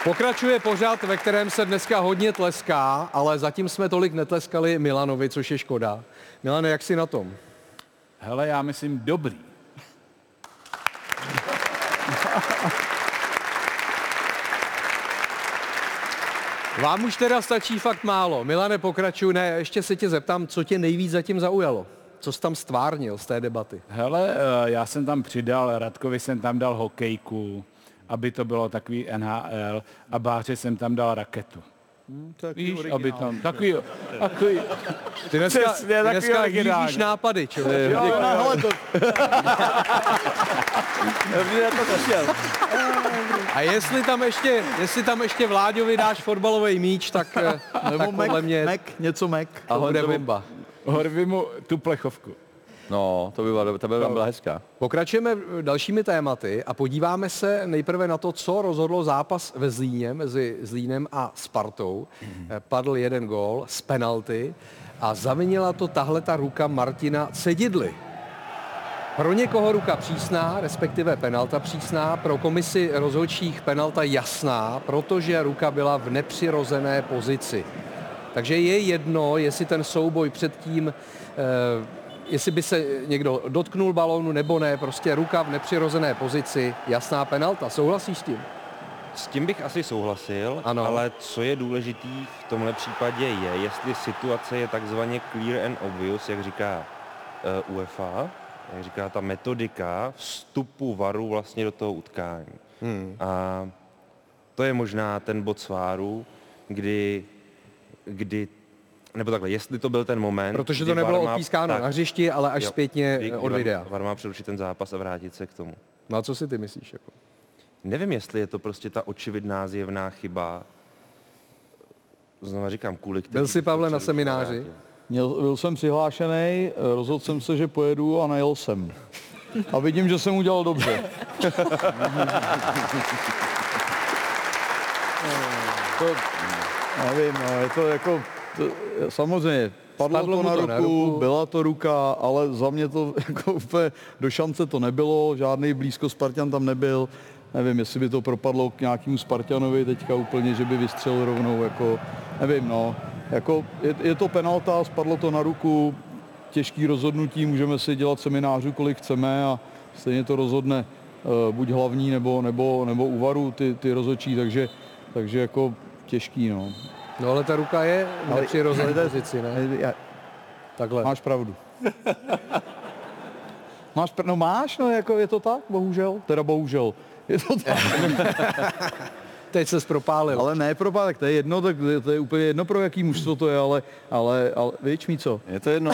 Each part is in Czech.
Pokračuje pořad, ve kterém se dneska hodně tleská, ale zatím jsme tolik netleskali Milanovi, což je škoda. Milane, jak jsi na tom? Hele, já myslím dobrý. Vám už teda stačí fakt málo. Milane, pokračuj. Ne, ještě se tě zeptám, co tě nejvíc zatím zaujalo? Co jsi tam stvárnil z té debaty? Hele, já jsem tam přidal, Radkovi jsem tam dal hokejku, aby to bylo takový NHL, a Báře jsem tam dal raketu. Víš, aby tam takový Ty dneska originální. vidíš nápady, člověk. Jo, hele, to... A jestli tam ještě Vláďovi dáš fotbalový míč, tak podle mě něco Mac. to bude bomba. Horvi mu tu plechovku. No, to by byla hezká. Pokračujeme dalšími tématy a podíváme se nejprve na to, co rozhodlo zápas ve Zlíně mezi Zlínem a Spartou. Padl jeden gól z penalty a zavinila to tahleta ruka Martina Cedidly. Pro někoho ruka přísná, respektive penalta přísná, pro komisi rozhodčích penalta jasná, protože ruka byla v nepřirozené pozici. Takže je jedno, jestli ten souboj předtím, jestli by se někdo dotknul balónu nebo ne, prostě ruka v nepřirozené pozici, jasná penalta. Souhlasíš s tím? S tím bych asi souhlasil, Ano. Ale co je důležitý v tomhle případě je, jestli situace je takzvaně clear and obvious, jak říká UEFA, jak říká ta metodika vstupu VARu vlastně do toho utkání. A to je možná ten bod sváru, kdy nebo takhle, jestli to byl ten moment, Protože to kdy nebylo VAR má- odpískáno tak, na hřišti, ale až jo, zpětně kdy od videa. VAR má přerušit ten zápas a vrátit se k tomu. No a co si ty myslíš? Jako? Nevím, jestli je to prostě ta očividná zjevná chyba. Znova říkám, kvůli který... Byl jsi, Pavle, na přerušil semináři? vrátil. Byl jsem přihlášený, rozhodl jsem se, že pojedu a nejel jsem. A vidím, že jsem udělal dobře. Nevím, no, je to jako, samozřejmě, padlo to na ruku, byla to ruka, ale za mě to jako úplně do šance to nebylo, žádný blízko Spartan tam nebyl. Nevím, jestli by to propadlo k nějakému Spartanovi teďka úplně, že by vystřelil rovnou, jako, nevím, no. Jako, je to penalta, spadlo to na ruku, těžký rozhodnutí, můžeme si dělat seminářů, kolik chceme a stejně to rozhodne buď hlavní nebo u VARu ty rozhodčí, takže jako těžký, no. No ale ta ruka je v nepřirozené pozici, ne? Takhle. Máš pravdu. Máš, jako je to tak, bohužel. Bohužel. Je to tak. Teď ses propálil. Ale ne propálek, to je jedno, tak to je úplně jedno, pro jaký mužstvo to je, ale víš mi co? Je to jedno.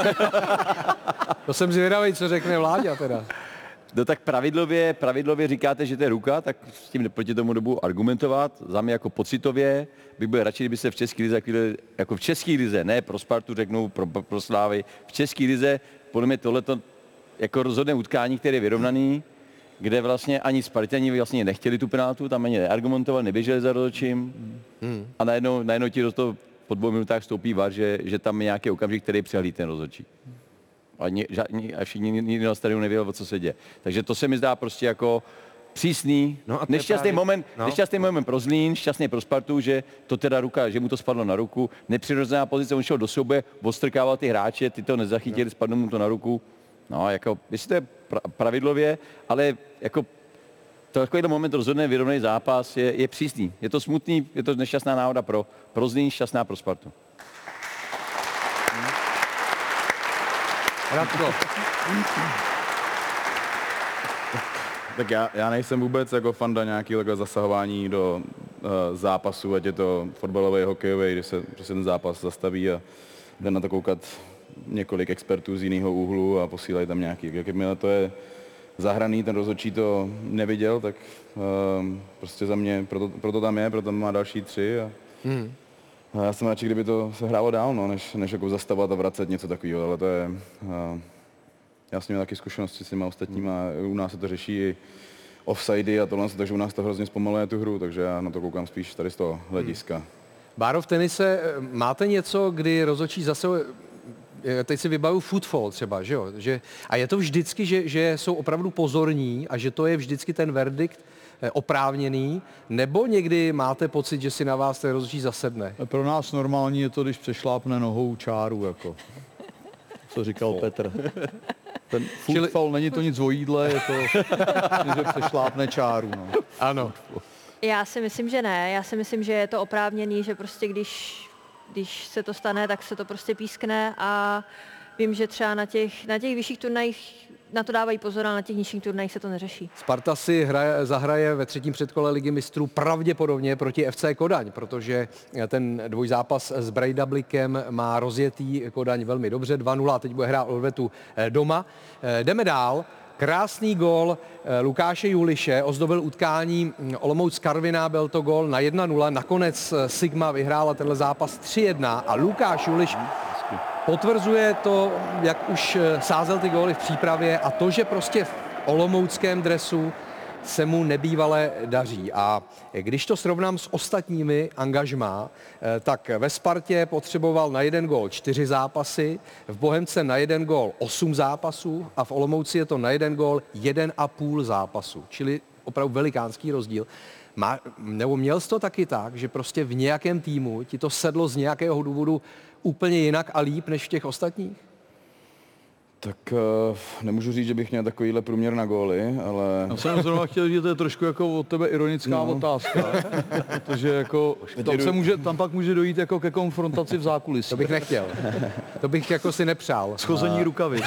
To jsem zvědavý, co řekne Vláďa teda. No tak pravidlově říkáte, že to je ruka, tak s tím proti tomu dobu argumentovat. Za mě jako pocitově bych byl radši, kdyby se v české lize, jako v české lize, ne pro Spartu, řeknu pro Slávy, v české lize, podle mě tohleto jako rozhodné utkání, které je vyrovnaný, kde vlastně ani Spartani vlastně nechtěli tu penaltu, tam ani neargumentovali, neběželi za rozhodčím a najednou ti do toho po 2 minutách vstoupí VAR, že tam je nějaký okamžik, který přehlíd ten rozhodčí. A všichni nikdy na stadionu nevěděli, o co se děje. Takže to se mi zdá prostě jako přísný, nešťastný moment pro Zlín, šťastný pro Spartu, že to teda ruka, že mu to spadlo na ruku, nepřirozená pozice, on šel do soubě, odstrkával ty hráče, ty to nezachytili, spadlo mu to na ruku. No, jako, jestli to je pravidlově, ale jako takovýhle moment rozhodne vyrovnaný zápas je přísný. Je to smutný, je to nešťastná náhoda pro Zlín, šťastná pro Spartu. Radko. Tak já nejsem vůbec jako fanda nějakého zasahování do zápasu, ať je to fotbalový, hokejový, kdy se prostě ten zápas zastaví a jde na to koukat několik expertů z jiného úhlu a posílají tam nějaký. Jakmile to je zahraný, ten rozhodčí to neviděl, tak prostě za mě, proto tam je, proto má další 3 a já jsem radši, kdyby to se hrálo dál, no, než jako zastavovat a vracet něco takového, ale to je... Já jsem měl taky zkušenosti s těma ostatníma, u nás se to řeší i offsidy a tohle, takže u nás to hrozně zpomaluje tu hru, takže já na to koukám spíš tady z toho hlediska. Báro, v tenise máte něco, kdy rozhodčí zase teď si vybavuju footfall třeba, že jo? A je to vždycky, že jsou opravdu pozorní a že to je vždycky ten verdikt oprávněný, nebo někdy máte pocit, že si na vás ten rozhodčí zasedne? Pro nás normální je to, když přešlápne nohou čáru, jako co říkal Petr. Ten footfall není to nic o jídle, je to, že přešlápne čáru. No. Ano. Já si myslím, že ne. Já si myslím, že je to oprávněný, že prostě když se to stane, tak se to prostě pískne a vím, že třeba na těch vyšších turnajích na to dávají pozor, a na těch nižších turnajích se to neřeší. Sparta si zahraje ve třetím předkole Ligy mistrů pravděpodobně proti FC Kodaň, protože ten dvojzápas s Breidablikem má rozjetý Kodaň velmi dobře, 2-0 a teď bude hrát odvetu doma. Jdeme dál. Krásný gól Lukáše Juliše ozdobil utkání Olomouc Karviná, byl to gól na 1-0. Nakonec Sigma vyhrála tenhle zápas 3-1 a Lukáš Juliš potvrzuje to, jak už sázel ty góly v přípravě a to, že prostě v olomouckém dresu se mu nebývale daří. A když to srovnám s ostatními angažmá, tak ve Spartě potřeboval na 1 gól 4 zápasy, v Bohemce na 1 gól 8 zápasů a v Olomouci je to na 1 gól 1,5 zápasu. Čili opravdu velikánský rozdíl. Nebo měl jsi to taky tak, že prostě v nějakém týmu ti to sedlo z nějakého důvodu úplně jinak a líp než v těch ostatních? Tak nemůžu říct, že bych měl takovýhle průměr na góly, ale... Já jsem zrovna chtěl říct, že to je trošku jako od tebe ironická otázka, protože jako tam pak může dojít jako ke konfrontaci v zákulisí. To bych nechtěl. To bych jako si nepřál. Schození rukavy.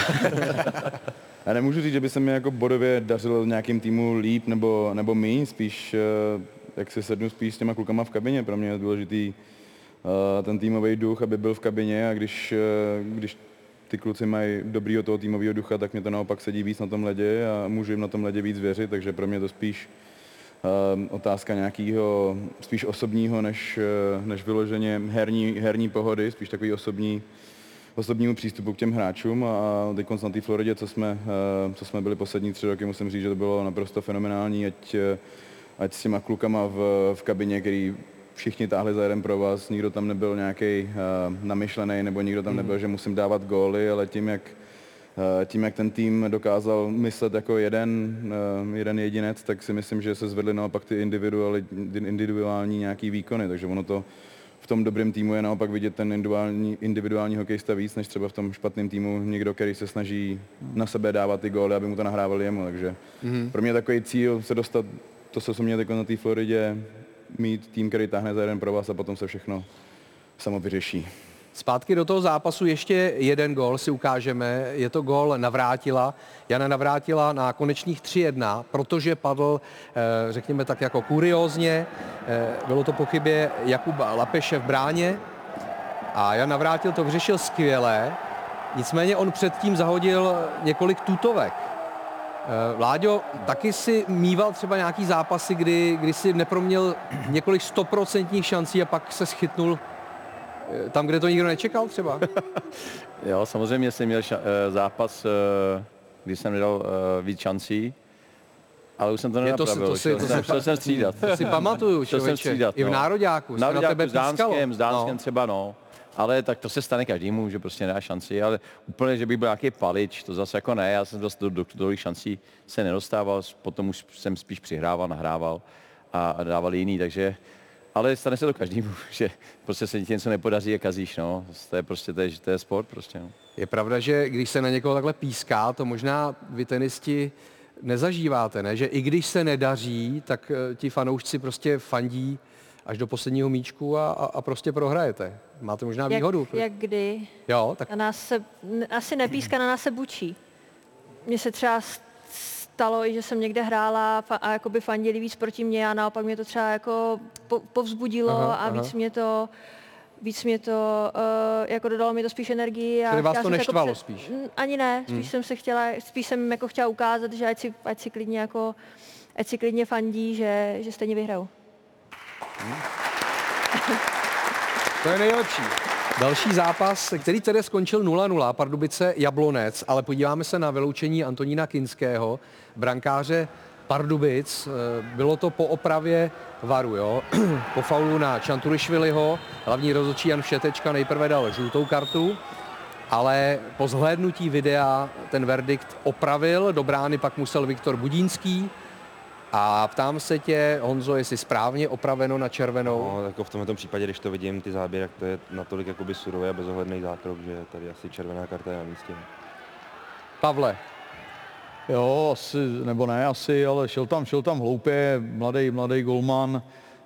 Já nemůžu říct, že by se mi jako bodově dařilo nějakým týmu líp nebo míň, spíš jak si sednu spíš s těma klukama v kabině. Pro mě je důležitý ten týmový duch, aby byl v kabině a když ty kluci mají dobrýho toho týmového ducha, tak mě to naopak sedí víc na tom ledě a můžu jim na tom ledě víc věřit, takže pro mě je to spíš otázka nějakého spíš osobního, než vyloženě herní pohody, spíš takový osobnímu přístupu k těm hráčům a teď na té Floridě, co jsme byli poslední 3 roky, musím říct, že to bylo naprosto fenomenální, ať s těma klukama v kabině, který všichni táhli za jeden provaz, nikdo tam nebyl nějaký namyšlený, nebo nikdo tam nebyl, že musím dávat góly, ale tím, jak ten tým dokázal myslet jako jeden jedinec, tak si myslím, že se zvedly naopak ty individuální nějaký výkony, takže ono to v tom dobrém týmu je naopak vidět ten individuální hokejista víc, než třeba v tom špatném týmu někdo, který se snaží na sebe dávat ty góly, aby mu to nahrávali jemu, takže pro mě takový cíl se dostat, to co jsem měl na té Floridě, mít tým, který táhne za jeden provaz a potom se všechno samo vyřeší. Zpátky do toho zápasu ještě 1 gól si ukážeme. Je to gól Navrátila. Jana Navrátila na konečných 3-1, protože padl, řekněme tak jako kuriózně. Bylo to po chybě Jakuba Lapeše v bráně a Jan Navrátil to vyřešil skvěle. Nicméně on předtím zahodil několik tutovek. Vláďo, taky si mýval třeba nějaký zápasy, kdy si neproměl několik 100% šancí a pak se schytnul tam, kde to nikdo nečekal třeba? Jo, samozřejmě jsem měl zápas, kdy jsem nedal víc šancí, ale už jsem to nenapravil. Chtěl jsem střídat. To si pamatuju, člověče. I v nároďáku. S Dánskem třeba, no. Ale tak to se stane každému, že prostě nedá šanci, ale úplně, že by byl nějaký palič, to zase jako ne, já jsem dost do šancí se nedostával, potom už jsem spíš přihrával, nahrával a dával jiný, takže, ale stane se to každému, že prostě se ti něco nepodaří a kazíš, no, to je prostě, to je sport prostě, no. Je pravda, že když se na někoho takhle píská, to možná vy tenisti nezažíváte, ne? Že i když se nedaří, tak ti fanoušci prostě fandí až do posledního míčku a prostě prohrajete. Máte možná výhodu. Jak kdy? Jo, tak... Na nás se, asi nepíská, na nás se bučí. Mně se třeba stalo, že jsem někde hrála a jakoby fandili víc proti mně a naopak mě to třeba jako povzbudilo a víc mě to jako dodalo mi to spíš energii. Čili vás to neštvalo jako spíš? Ani ne, spíš jsem jako chtěla ukázat, že ať si klidně fandí, že stejně vyhrajou. To je nejlepší. Další zápas, který tedy skončil 0-0, Pardubice Jablonec, ale podíváme se na vyloučení Antonína Kinského, brankáře Pardubic. Bylo to po opravě VARu, jo? Po faulu na Čanturišviliho, hlavní rozhodčí Jan Všetečka nejprve dal žlutou kartu ale po zhlédnutí videa ten verdikt opravil, do brány pak musel Viktor Budínský a ptám se tě, Honzo, jestli správně opraveno na červenou. No, jako v tomto případě, když to vidím, ty záběry, jak to je natolik jakoby surový a bezohledný zákrok, že tady asi červená karta je na místě. Pavle. Jo, asi, nebo ne asi, ale šel tam hloupě, mladý golman,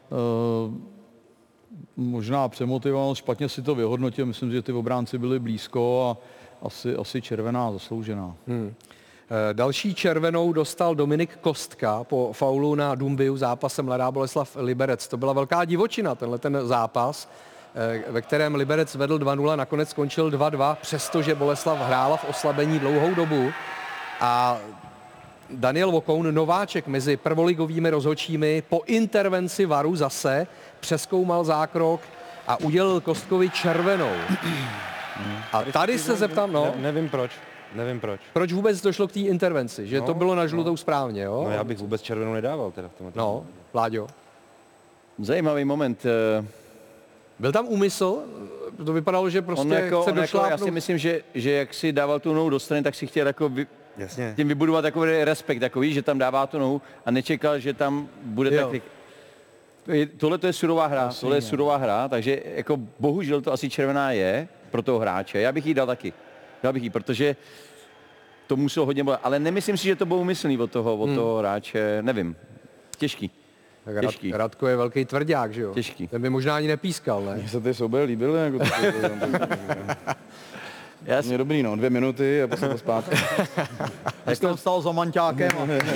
možná přemotivoval, špatně si to vyhodnotil, myslím, že ty obránci byli blízko a asi červená zasloužená. Další červenou dostal Dominik Kostka po faulu na Dumbiu zápase Mladá Boleslav Liberec. To byla velká divočina, ten zápas, ve kterém Liberec vedl 2-0, nakonec skončil 2-2, přestože Boleslav hrála v oslabení dlouhou dobu. A Daniel Vokoun, nováček mezi prvoligovými rozhodčími, po intervenci VARu zase přezkoumal zákrok a udělil Kostkovi červenou. A tady se zeptám, Nevím proč. Proč vůbec došlo k té intervenci? Že to bylo na žlutou správně, jo? No já bych vůbec červenou nedával teda v tomhle. No, Láďo. Zajímavý moment. Byl tam úmysl? To vypadalo, že prostě chce došlápnout. Já si myslím, že jak si dával tu nohu do strany, tak si chtěl jako tím vybudovat takový respekt, takový, že tam dává tu nohu a nečekal, že tam bude tak. Tohle to je surová hra, takže jako bohužel to asi červená je pro toho hráče. Já bych jí dal taky. Protože to muselo hodně bolet. Ale nemyslím si, že to bylo úmyslný od toho hráče, nevím. Těžký. Radko je velký tvrdák, že jo? Těžký. Ten by možná ani nepískal, ne? Mně se ty souboje líbily, jako Mě dobrý, 2 minuty a potom to zpátky. Jak to stál za manťákem.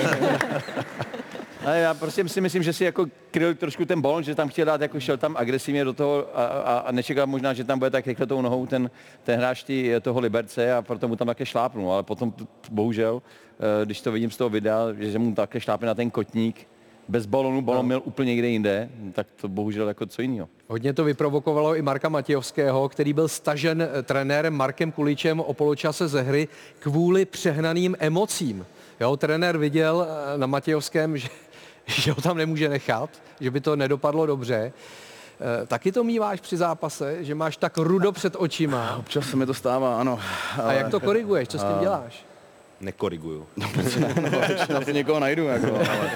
Ale já prostě si myslím, že si jako kryl trošku ten balon, že tam chtěl dát, jako šel tam agresivně do toho a nečekal možná, že tam bude tak rychle tou nohou ten hráč toho Liberce a proto mu tam také šlápnul. Ale potom bohužel, když to vidím z toho videa, že mu také šlápne na ten kotník, bez balonu, balon měl úplně někde jinde, tak to bohužel jako co jiného. Hodně to vyprovokovalo i Marka Matějovského, který byl stažen trenérem Markem Kuličem o poločase ze hry kvůli přehnaným emocím. Jo, trenér viděl na Matějovském, že ho tam nemůže nechat, že by to nedopadlo dobře. Taky to míváš při zápase, že máš tak rudo před očima. Občas se mi to stává, ano. Ale... A jak to koriguješ? Co s tím děláš? Nekoriguju. Na to někoho najdu, jako, ale...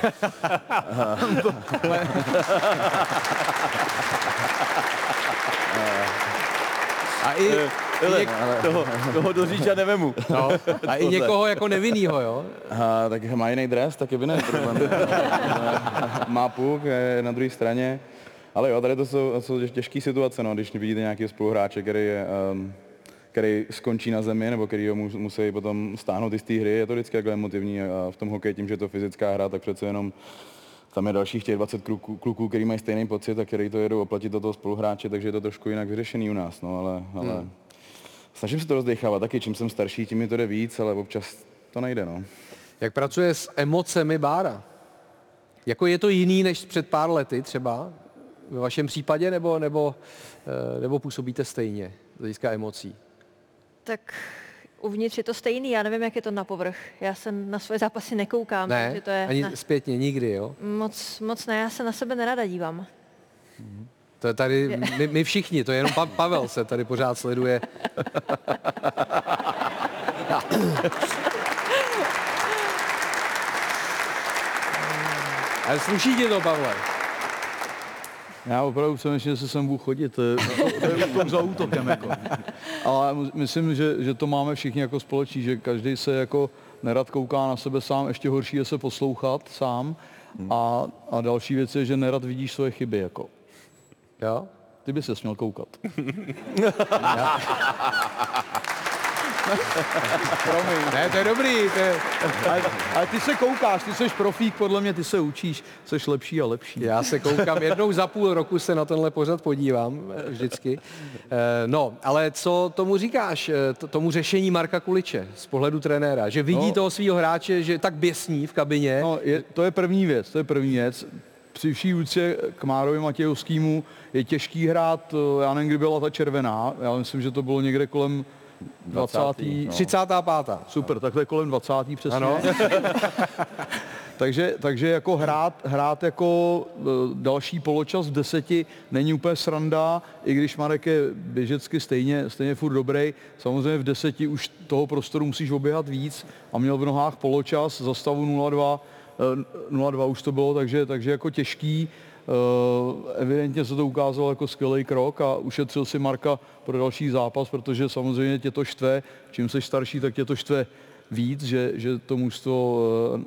A i toho do říča nevemu. No, a i někoho jako nevinnýho, jo? Tak má jiný dres, tak je vinný problém. Má puk, je na druhé straně. Ale jo, tady to jsou těžké situace, no, když vidíte nějakého spoluhráče, který skončí na zemi, nebo který ho musí potom stáhnout i z té hry, je to vždycky takhle emotivní a v tom hokeji tím, že je to fyzická hra, tak přece jenom tam je dalších těch 20 kluků, který mají stejný pocit a který to jedou oplatit do toho spoluhráče, takže je to trošku jinak vyřešený u nás, no, ale snažím se to rozdechávat taky, čím jsem starší, tím mi to jde víc, ale občas to nejde, no. Jak pracuje s emocemi Bára? Jako je to jiný než před pár lety třeba? Ve vašem případě, nebo působíte stejně z hlediska emocí? Tak uvnitř je to stejný, já nevím, jak je to na povrch. Já se na svoje zápasy nekoukám. Ne, takže to je, ani zpětně, nikdy, jo? Moc ne, já se na sebe nerada dívám. To je tady, my všichni, to je jenom Pavel se tady pořád sleduje. Ale sluší ti to, Pavle? Já opravdu přemýšlím, jestli sem budu chodit, to je za útokem. Jako. Ale myslím, že to máme všichni jako společný, že každý se jako nerad kouká na sebe sám, ještě horší je se poslouchat sám a další věc je, že nerad vidíš svoje chyby. Jako. Jo? Ty by se měl koukat. Promiň. Ne, to je dobrý. Ale ty se koukáš, ty jsi profík, podle mě, ty se učíš, jsi lepší a lepší. Já se koukám, jednou za půl roku se na tenhle pořad podívám, vždycky. No, ale co tomu říkáš, tomu řešení Marka Kuliče z pohledu trenéra, že vidí toho svého hráče, že tak běsní v kabině? No, to je první věc. Při vší úctě k Márovi Matějovskému je těžký hrát, já nevím, kdy byla ta červená, já myslím, že to bylo někde kolem 35. Super, takhle kolem 20. přesně. Ano. takže jako hrát jako další poločas v 10 není úplně sranda, i když Marek je běžecky stejně furt dobrý. Samozřejmě v 10 už toho prostoru musíš oběhat víc a měl v nohách poločas za stavu 0-2 už to bylo, takže jako těžký. Evidentně se to ukázalo jako skvělý krok a ušetřil si Marka pro další zápas, protože samozřejmě tě to štve, čím jsi starší, tak tě to štve víc, že to mužstvo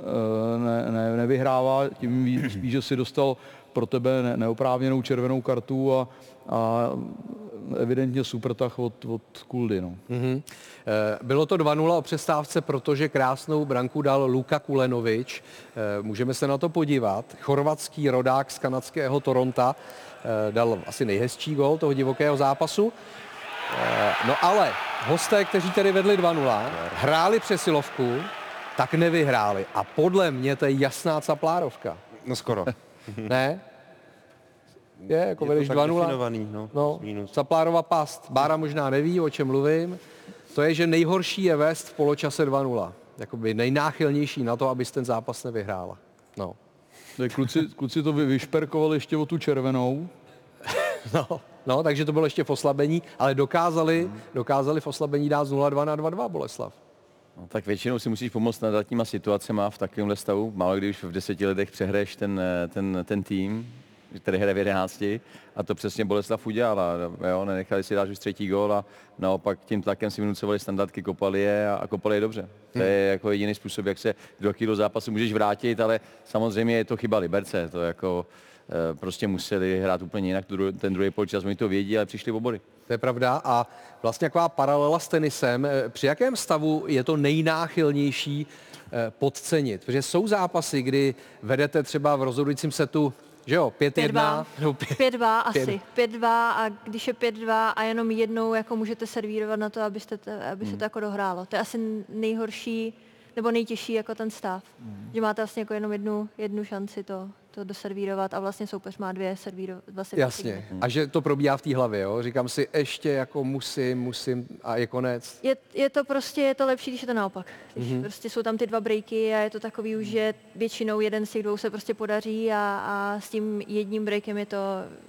nevyhrává, tím spíš, že si dostal pro tebe neoprávněnou červenou kartu a evidentně super tah od Kuldy. No. Bylo to 2-0 o přestávce, protože krásnou branku dal Luka Kulenovič. Můžeme se na to podívat. Chorvatský rodák z kanadského Toronta dal asi nejhezčí gól toho divokého zápasu. No ale hosté, kteří tedy vedli 2-0, hráli přesilovku, tak nevyhráli. A podle mě to je jasná caplárovka. No skoro. Ne? Je, jako vedeš 2-0. No, Caplárova past. Bára možná neví, o čem mluvím. To je, že nejhorší je vést v poločase 2-0. Jakoby nejnáchylnější na to, abys ten zápas nevyhrála. No. Kluci to vyšperkovali ještě o tu červenou. No, takže to bylo ještě v oslabení, ale dokázali v oslabení dát z 0-2 na 2-2 Boleslav. No, tak většinou si musíš pomoct nadátníma situacema v takovémhle stavu. Málo když v 10 letech přehraješ ten tým, který hraje v 11, a to přesně Boleslav udělala. Jo? Nenechali si dát už 3. gól a naopak tím tlakem si vynucovali standardky, kopali je a kopali je dobře. To je jako jediný způsob, jak se do zápasu můžeš vrátit, ale samozřejmě je to chyba Liberce. To jako prostě museli hrát úplně jinak ten druhý poločas, oni to vědí, ale přišli o body. To je pravda a vlastně taková paralela s tenisem. Při jakém stavu je to nejnáchylnější podcenit? Protože jsou zápasy, kdy vedete třeba v rozhodujícím setu, že jo, 5-1? 5-2 asi. 5-2 a když je 5-2 a jenom jednou jako můžete servírovat na to, aby se to jako dohrálo. To je asi nejhorší nebo nejtěžší jako ten stav. Že máte vlastně jako jenom jednu šanci to doservírovat a vlastně soupeř má dva servíry. Jasně. A že to probíhá v té hlavě, jo? Říkám si, ještě jako musím a je konec. Je to lepší, když je to naopak. Když prostě jsou tam ty 2 breaky a je to takový už, že většinou jeden z těch 2 se prostě podaří a s tím jedním breakem je to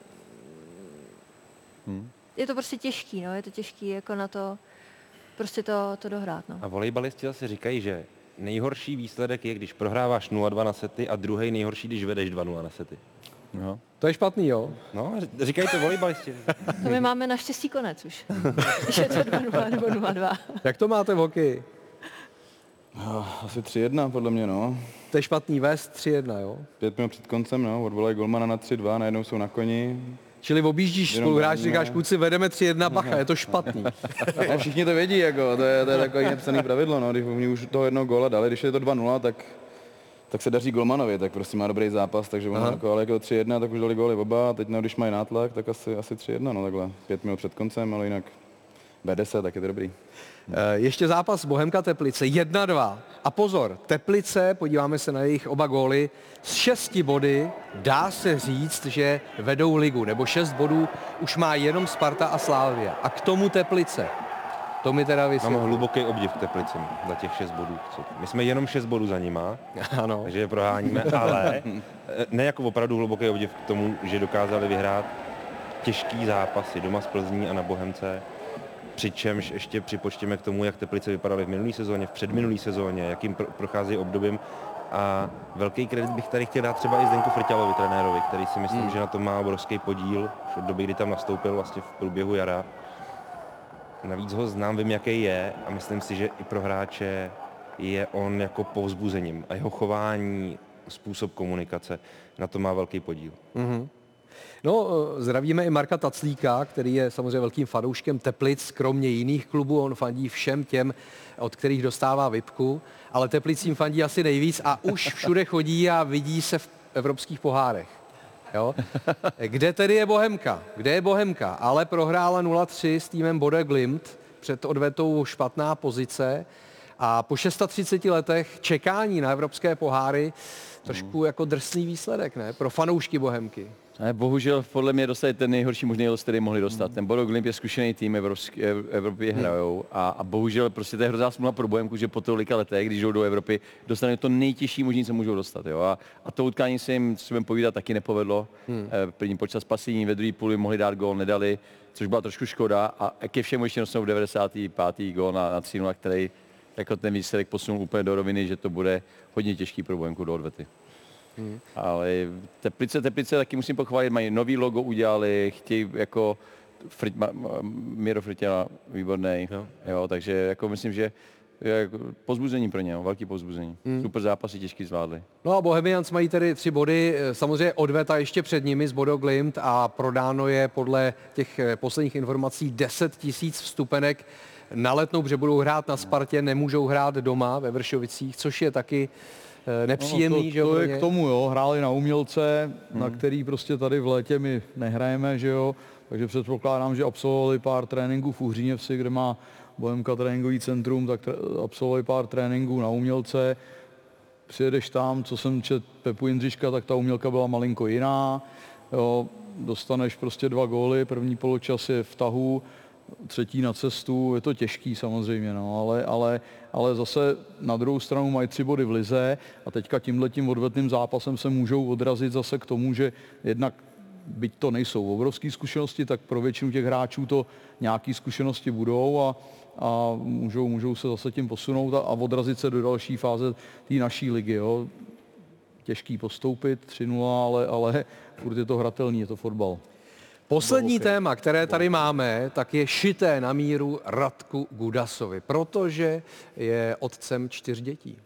je to prostě těžký, no, je to těžký jako na to prostě to dohrát, no. A volejbalisti zase říkají, že nejhorší výsledek je, když prohráváš 0-2 na sety a druhý nejhorší, když vedeš 2-0 na sety. No. To je špatný, jo? No, říkají to volejbalisti. To my máme naštěstí konec už. Když je to 2-0 nebo 0-2. Jak to máte v hokeji? Asi 3-1 podle mě, no. To je špatný, vést 3-1, jo? 5 minut před koncem, no, odvolají golmana na 3-2, najednou jsou na koni. Čili objíždíš spoluhráč, říkáš, kluci, vedeme 3-1, bacha, je to špatný. Ne, všichni to vědí, jako, to je takový nepsaný pravidlo, no, když oni už toho jednoho góla dali, když je to 2-0, tak se daří golmanovi, tak prostě má dobrý zápas, takže on jako, ale jako 3-1, tak už dali góly oba, a teď když mají nátlak, tak asi 3-1, no takhle, 5 minut před koncem, ale jinak B10, tak je to dobrý. Ještě zápas Bohemka Teplice, 1-2. A pozor, Teplice, podíváme se na jejich oba góly, z 6 body dá se říct, že vedou ligu, nebo 6 bodů už má jenom Sparta a Slavia. A k tomu Teplice. To mi teda vysvětlí. Mám hluboký obdiv k Teplicím za těch 6 bodů. My jsme jenom 6 bodů za nima, ano. Takže je proháníme, ale ne jako opravdu hluboký obdiv k tomu, že dokázali vyhrát těžký zápasy doma z Plzní a na Bohemce. Přičemž ještě připočtěme k tomu, jak Teplice vypadaly v minulé sezóně, v předminulé sezóně, jakým procházejí obdobím. A velký kredit bych tady chtěl dát třeba i Zdenku Frťalovi, trenérovi, který si myslím, že na to má obrovský podíl už od doby, kdy tam nastoupil vlastně v průběhu jara. Navíc ho znám, vím, jaký je a myslím si, že i pro hráče je on jako povzbuzením a jeho chování, způsob komunikace na to má velký podíl. No, zdravíme i Marka Taclíka, který je samozřejmě velkým fanouškem Teplic, kromě jiných klubů, on fandí všem těm, od kterých dostává vipku, ale Teplicím fandí asi nejvíc a už všude chodí a vidí se v evropských pohárech. Jo? Kde tedy je Bohemka? Kde je Bohemka? Ale prohrála 0-3 s týmem Bodø Glimt, před odvetou špatná pozice A po 36 letech čekání na evropské poháry trošku jako drsný výsledek, ne? Pro fanoušky Bohemky. Bohužel podle mě dostali ten nejhorší možný los, který mohli dostat. Ten Bodo Glimt je zkušený tým, Evropě hrajou a bohužel prostě to je hrozná smůla pro Bohemku, že po tolika letech, když jdou do Evropy, dostanou to nejtěžší možný, co můžou dostat. Jo? A to utkání se jim, co budeme povídat, taky nepovedlo. První počas spasení, ve druhé půli mohli dát gól, nedali, což byla trošku škoda. A ke všemu ještě dostanou v 95. gól na 3-0, který jako ten výsledek posunul úplně do roviny, že to bude hodně těžký pro Bohemku do odvety. Ale Teplice taky musím pochválit, mají nový logo udělali, chtějí jako Miro Fritěla, výborný, jo, takže jako myslím, že je povzbuzení pro ně, velký povzbuzení. Super zápasy, těžký zvládli. No a Bohemians mají tedy 3 body, samozřejmě odveta ještě před nimi z Bodo Glimt a prodáno je podle těch posledních informací 10 000 vstupenek na Letnou, protože budou hrát na Spartě, nemůžou hrát doma ve Vršovicích, což je taky nepříjemný, že jo? To je k tomu, jo, hráli na umělce, na který prostě tady v létě my nehrajeme, že jo, takže předpokládám, že absolvovali pár tréninků v Uhříněvsi, kde má Bohemka tréninkový centrum, tak absolvovali pár tréninků na umělce. Přijedeš tam, co jsem četl Pepu Jindřiška, tak ta umělka byla malinko jiná, jo, dostaneš prostě 2 góly, první poločas je v tahu, třetí na cestu, je to těžký samozřejmě, no, ale zase na druhou stranu mají 3 body v lize a teďka tímhletím odvetným zápasem se můžou odrazit zase k tomu, že jednak byť to nejsou obrovské zkušenosti, tak pro většinu těch hráčů to nějaké zkušenosti budou a můžou se zase tím posunout a odrazit se do další fáze té naší ligy. Jo. Těžký postoupit 3-0, ale furt je to hratelný, je to fotbal. Poslední téma, které tady máme, tak je šité na míru Radku Gudasovi, protože je otcem 4 dětí.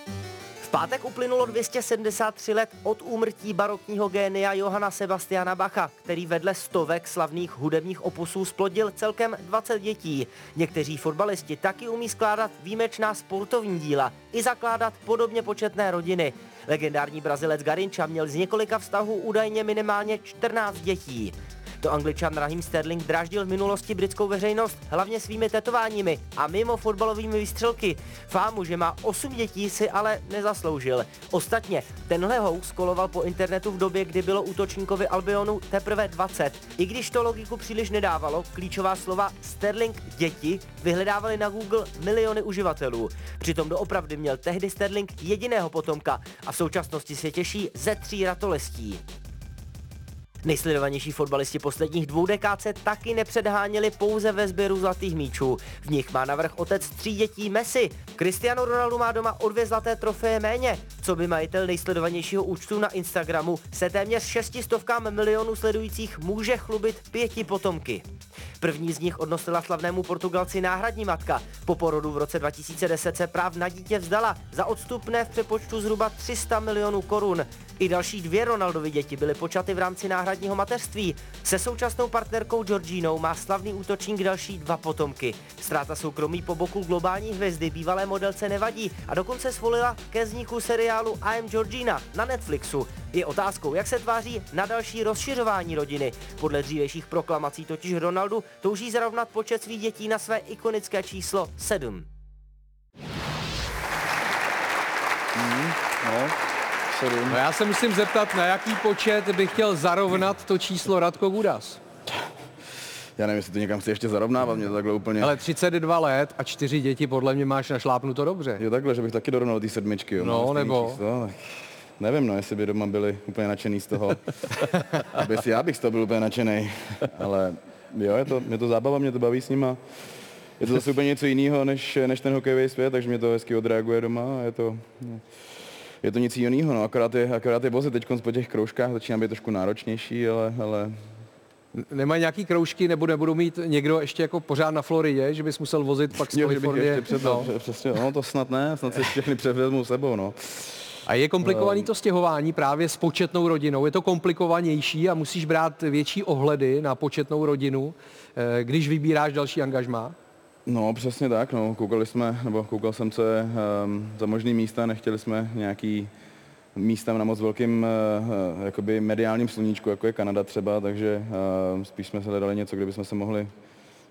V pátek uplynulo 273 let od úmrtí barokního génia Johana Sebastiana Bacha, který vedle stovek slavných hudebních opusů splodil celkem 20 dětí. Někteří fotbalisti taky umí skládat výjimečná sportovní díla i zakládat podobně početné rodiny. Legendární Brazilec Garincha měl z několika vztahů údajně minimálně 14 dětí. To Angličan Raheem Sterling dráždil v minulosti britskou veřejnost hlavně svými tetováními a mimo fotbalovými výstřelky. Fámu, že má 8 dětí, si ale nezasloužil. Ostatně, tenhle hoax koloval po internetu v době, kdy bylo útočníkovi Albionu teprve 20. I když to logiku příliš nedávalo, klíčová slova Sterling děti vyhledávali na Google miliony uživatelů. Přitom doopravdy měl tehdy Sterling jediného potomka a v současnosti se těší ze 3 ratolestí. Nejsledovanější fotbalisti posledních 2 dekád se taky nepředháněli pouze ve sběru zlatých míčů. V nich má navrch otec 3 dětí Messi. Cristiano Ronaldo má doma o 2 zlaté trofeje méně. Co by majitel nejsledovanějšího účtu na Instagramu se téměř 600 milionů sledujících může chlubit 5 potomky. První z nich odnosila slavnému Portugalci náhradní matka. Po porodu v roce 2010 se práv na dítě vzdala za odstupné v přepočtu zhruba 300 milionů korun. I další 2 Ronaldovy děti byly počaty v rámci náhradního mateřství. Se současnou partnerkou Georginou má slavný útočník další 2 potomky. Ztráta soukromí po boku globální hvězdy bývalé modelce nevadí a dokonce svolila ke vzniku seriálu I Am Georgina na Netflixu. Je otázkou, jak se tváří na další rozšiřování rodiny. Podle dřívějších proklamací totiž Ronaldo touží zarovnat počet svých dětí na své ikonické číslo 7. No já se musím zeptat, na jaký počet by chtěl zarovnat to číslo Radko Gudas? Já nevím, jestli to někam chci ještě zarovnávat, mě to takhle úplně... Ale 32 let a 4 děti, podle mě máš našlápnuto dobře. Jo takhle, že bych taky dorovnal ty 7, jo. No, nebo... Číslo, tak... Nevím, no, jestli by doma byli úplně nadšený z toho. Já bych z toho byl úplně nadšený, ale jo, je to zábava, mě to baví s nima. Je to zase úplně něco jiného, než ten hokejový svět, takže mě to hezky odreaguje doma a je to nic jiného, no, akorát je vozy teď po těch kroužkách, začíná být trošku náročnější, ale... Nemají nějaký kroužky, nebo nebudou mít někdo ještě jako pořád na Floridě, že bys musel vozit pak z Kalifornie? Přesně, no to snad ne, snad se všechny převezmou sebou, no. A je komplikovaný to stěhování právě s početnou rodinou, je to komplikovanější a musíš brát větší ohledy na početnou rodinu, když vybíráš další angažmá? No, přesně tak, no, koukal jsem se za možný místa, nechtěli jsme nějaký místa na moc velkým jakoby mediálním sluníčku, jako je Kanada třeba, takže spíš jsme se hledali něco, kde bychom se mohli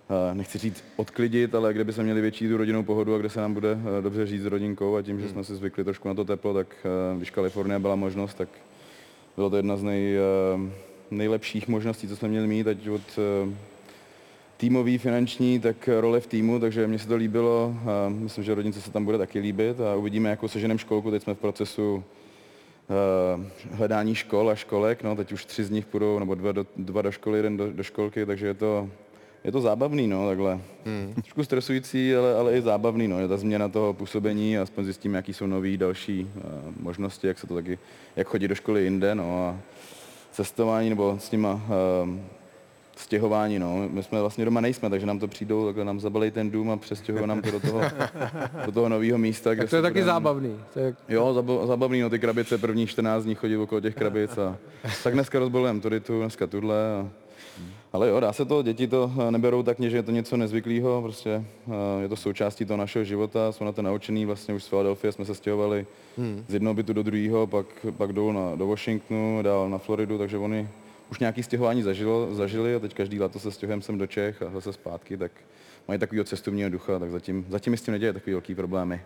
nechci říct odklidit, ale kde by se měli větší tu rodinnou pohodu a kde se nám bude dobře žít s rodinkou a tím, že jsme si zvykli trošku na to teplo, tak když Kalifornie byla možnost, tak bylo to jedna z nejlepších možností, co jsme měli mít, ať od týmový, finanční, tak role v týmu, takže mně se to líbilo. Myslím, že rodince se tam bude taky líbit a uvidíme, jako seženem školku. Teď jsme v procesu hledání škol a školek, no, teď už 3 z nich půjdou, nebo 2 do školy, 1 do školky, takže je to zábavný, no, takhle. Trošku stresující, ale i zábavný, no, je ta změna toho působení a aspoň zjistíme, jaký jsou nový další možnosti, jak se to taky, jak chodit do školy jinde, no, a cestování nebo s nima stěhování, no. My jsme vlastně doma nejsme, takže nám to přijdou, takhle nám zabalej ten dům a přestěhují nám to do toho nového místa. Tak to je taky zábavný. Jo, zábavný, no, ty krabice první 14 dní chodit okolo těch krabic a tak dneska rozbalujeme dneska tuhle. Ale jo, dá se to, děti to neberou tak, že je to něco nezvyklého, prostě je to součástí toho našeho života, jsou na to naučený, vlastně už z Philadelphie jsme se stěhovali z jednoho bytu do druhého, pak jdou do Washingtonu, dál na Floridu, takže oni už nějaký stěhování zažili a teď každý léto se stěhujeme sem do Čech a zase zpátky, tak mají takovýho cestovního ducha, tak zatím s tím neděje takový velký problémy.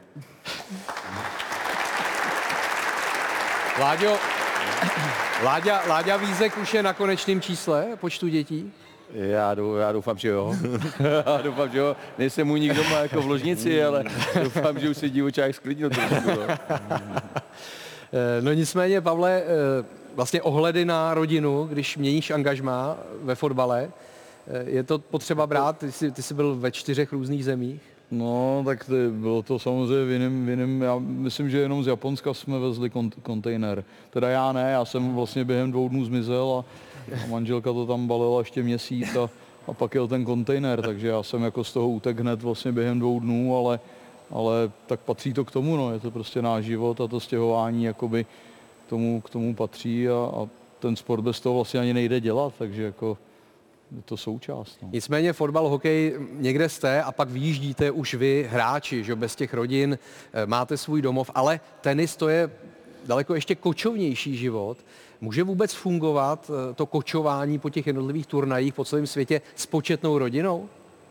Láďa Vízek už je na konečném čísle počtu dětí? Já doufám, že jo. Nejsem u nich doma jako v ložnici, ale doufám, že už se divočák sklidnil trošku. No nicméně, Pavle, vlastně ohledy na rodinu, když měníš angažmá ve fotbale, je to potřeba brát? Ty jsi byl ve 4 různých zemích. No, tak bylo to samozřejmě v jiném, já myslím, že jenom z Japonska jsme vezli kontejner. Teda já ne, já jsem vlastně během 2 dnů zmizel a manželka to tam balila ještě měsíc a pak jel ten kontejner, takže já jsem jako z toho utek hned vlastně během 2 dnů, ale tak patří to k tomu, no, je to prostě náš život a to stěhování jakoby k tomu patří a ten sport bez toho vlastně ani nejde dělat, takže jako je to součást. No. Nicméně fotbal, hokej, někde jste a pak vyjíždíte už vy, hráči, že bez těch rodin máte svůj domov, ale tenis to je daleko ještě kočovnější život. Může vůbec fungovat to kočování po těch jednotlivých turnajích po celém světě s početnou rodinou?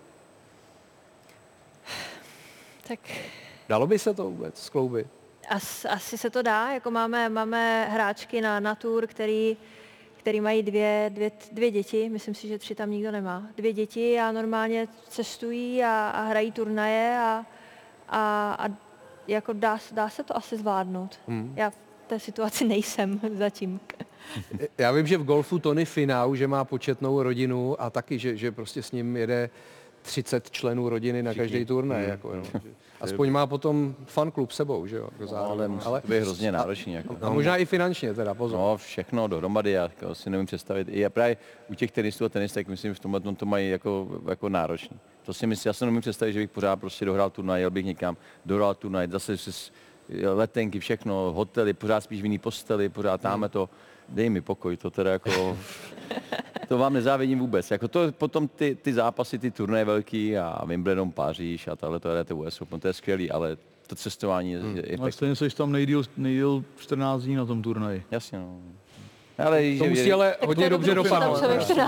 Tak dalo by se to vůbec skloubit? Asi se to dá, jako máme hráčky na tour, který mají dvě děti, myslím si, že 3 tam nikdo nemá. 2 děti a normálně cestují a hrají turnaje a jako dá se to asi zvládnout. Já v té situaci nejsem zatím. Já vím, že v golfu Tony Finau, že má početnou rodinu a taky, že prostě s ním jede 30 členů rodiny na každý turnaj. Jako, no. Aspoň má potom fanklub sebou, že jo? Ale musí to být hrozně náročný. Jako. A možná i finančně teda, pozor. No, všechno dohromady, já si nevím představit. I právě u těch tenistů a tenistek, myslím, v tomhle to mají jako náročný. To si myslím, já si nevím představit, že bych pořád prostě dohrál turnaj, jel bych někam, dohrál turnaj, zase letenky, všechno, hotely, pořád spíš v jiný posteli, pořád táme to. Dej mi pokoj, to teda jako... To vám nezávidím vůbec. Jako to potom ty zápasy, ty turnaje velký a Wimbledon, Paříž a tohle to jedete US Open, to je skvělý, ale to cestování je ale stejně jsi tam nejdýl 14 dní na tom turnaji. Jasně, no. Ale to musí ale hodně dobře dopadnout.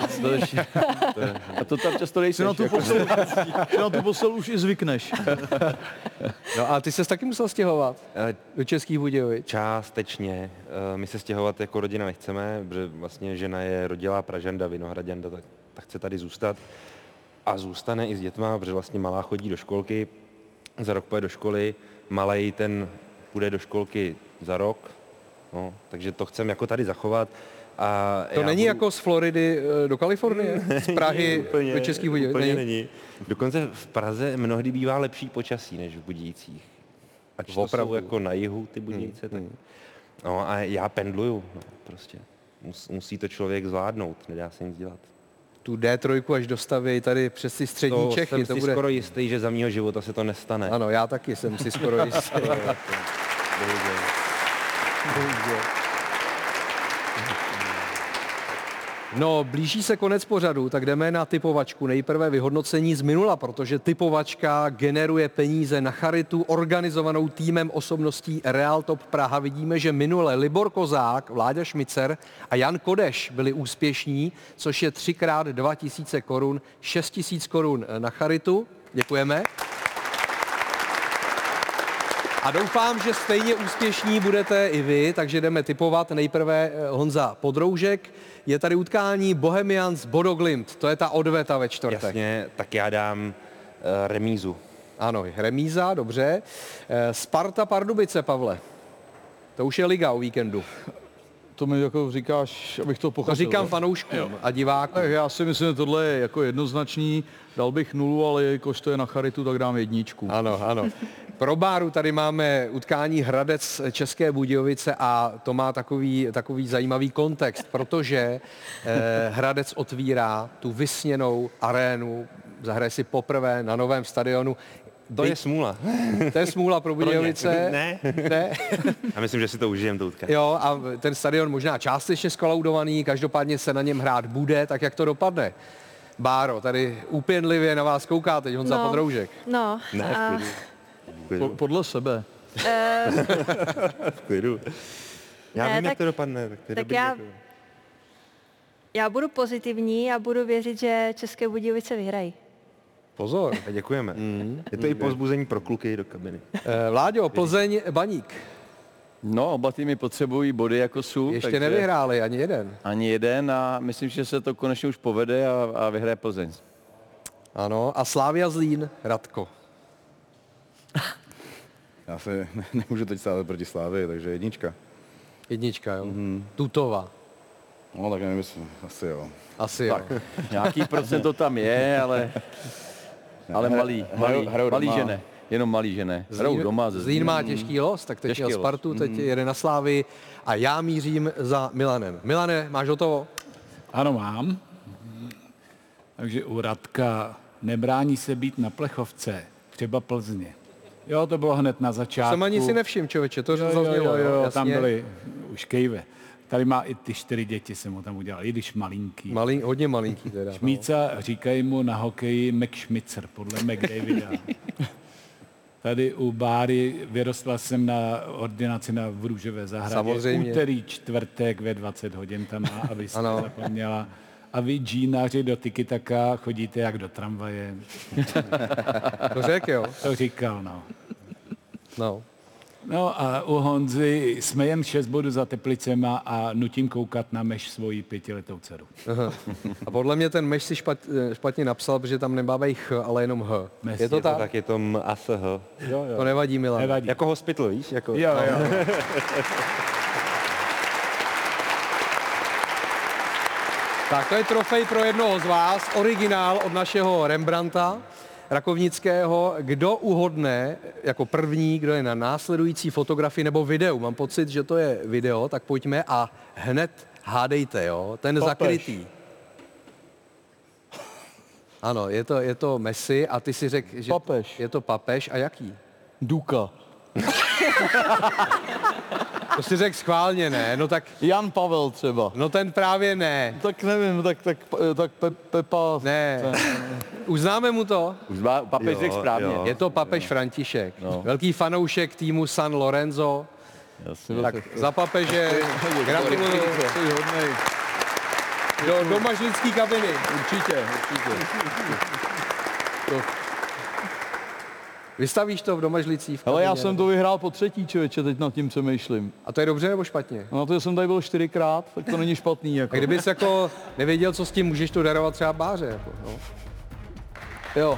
A to tam často nejseš. Na tu postel už i zvykneš. No a ty ses taky musel stěhovat do Českých Budějovic. Částečně. My se stěhovat jako rodina nechceme, protože vlastně žena je rodilá Pražanda, Vinohraďanda, tak chce tady zůstat. A zůstane i s dětma, protože vlastně malá chodí do školky, za rok půjde do školy, malej ten půjde do školky za rok. No, takže to chceme jako tady zachovat. A to není jako z Floridy do Kalifornie? Z Prahy do Českých Budějovic? Úplně není. Dokonce v Praze mnohdy bývá lepší počasí než v Budějcích. Ať to jsou jako na jihu ty Budějce. Tak. No a já pendluju. No, prostě. Musí to člověk zvládnout, nedá se nic dělat. Tu D3 až dostaví tady přes ty střední Čechy. Jsem si skoro jistý, že za mýho života se to nestane. Ano, já taky jsem si skoro jistý. No, blíží se konec pořadu, tak jdeme na typovačku. Nejprve vyhodnocení z minula, protože typovačka generuje peníze na charitu organizovanou týmem osobností Real Top Praha. Vidíme, že minule Libor Kozák, Vláďa Šmicer a Jan Kodeš byli úspěšní, což je 3x 2 000 korun, 6 000 korun na charitu. Děkujeme. A doufám, že stejně úspěšní budete i vy, takže jdeme tipovat. Nejprve Honza Podroužek. Je tady utkání Bohemians Bodo Glimt. To je ta odveta ve čtvrtek. Jasně, tak já dám remízu. Ano, remíza, dobře. Sparta Pardubice, Pavle. To už je liga o víkendu. To mi jako říkáš, abych to pochopil. To říkám fanouškům a divákům. Já si myslím, že tohle je jako jednoznačný. Dal bych 0, ale jakož to je na charitu, tak dám 1. Ano, ano. Pro Báru tady máme utkání Hradec České Budějovice a to má takový zajímavý kontext, protože Hradec otvírá tu vysněnou arénu, zahraje si poprvé na novém stadionu. To je smůla. To je smůla pro Budějovice. Ne. A myslím, že si to užijem, to utkání. Jo, a ten stadion možná částečně skolaudovaný, každopádně se na něm hrát bude, tak jak to dopadne? Báro, tady úpěnlivě na vás kouká teď Honza Podroužek. No. Ne, Podle sebe. v klidu. Já vím, jak to dopadne. Tak já budu pozitivní a budu věřit, že České Budějovice vyhrají. Pozor. Děkujeme. Je to i povzbuzení pro kluky do kabiny. Vláďo, Plzeň, Baník. No, oba týmy potřebují body jako sůl. Ještě nevyhráli ani jeden. Ani jeden a myslím, že se to konečně už povede a vyhraje Plzeň. Ano, a Slavia Zlín, Radko. Já se nemůžu teď stát proti Slávii, takže 1. 1, jo. Tutová. No tak nevím, asi jo. Asi jo. Nějaký procent to tam je, ale malý že ne. Jenom malý, že ne. Hrajou doma. Zlín má těžký los, tak teď měl Spartu, teď jede na Slávii a já mířím za Milanem. Milane, máš hotovo? Ano, mám. Takže u Radka nebrání se být na plechovce, třeba Plzně. Jo, to bylo hned na začátku. Jsem ani si nevšim, člověče, to zaznělo. Jo, tam byly už kejve. Tady má i ty 4 děti, jsem mu tam udělal, i když malinký. Hodně malinký teda. Šmíca, říkají mu na hokeji McSchmitzer, podle McDavida. Tady u Báry vyrostla jsem na ordinaci v Růžové zahradě. Samozřejmě. Úterý, čtvrtek ve 20 hodin tam má, abyste zapomněla. A vy džínáři do tiki-taka chodíte jak do tramvaje. To řekl, jo? To říkal, no. No. No a u Honzy jsme jen 6 bodů za Teplicema a nutím koukat na Meš svoji 5letou dceru. Aha. A podle mě ten Meš si špatně napsal, protože tam nebávají ch, ale jenom h. Je to tak? Tak je to ASH. Jo. To nevadí, Milan. Nevadí. Jako hospital, víš? Jako... Jo. Tak to je trofej pro jednoho z vás, originál od našeho Rembrandta Rakovnického. Kdo uhodne jako první, kdo je na následující fotografii nebo videu, mám pocit, že to je video, tak pojďme a hned hádejte, jo, ten Papež. zakrytý. Ano, je to Messi a ty si řekl, že Papež. je to papež a jaký? Duka. To si řekl schválně, ne? No tak, Jan Pavel třeba. no ten právě ne. Tak nevím, tak Pepa. Ne. Uznáme mu to? Už papež řekl správně. Je to papež František. Velký fanoušek týmu San Lorenzo. Tak za papeže gratuluju. Do domažlický kabiny. Určitě. Vystavíš to v domažlicích? Ale já jsem to vyhrál po 3, člověče, teď nad tím přemýšlím. A to je dobře nebo špatně? No na to, že jsem tady byl 4krát, tak to není špatný. Jako. A kdybys jako nevěděl, co s tím, můžeš to darovat třeba Báře. Jako, no. Jo.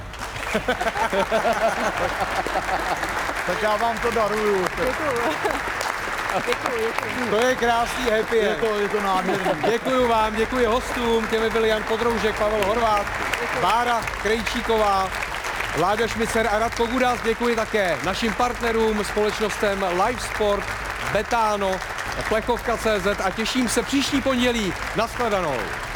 Tak já vám to daruju. Děkuju. To je krásný happy end. Je to nádherný. Děkuju vám, děkuji hostům, těmi byli Jan Podroužek, Pavel Horváth, Bára Krejčíková, Vláďa Šmicer a Radko Gudas. Děkuji také našim partnerům, společnostem Live Sport, Betano, Plechovka.cz a těším se příští pondělí. Nashledanou.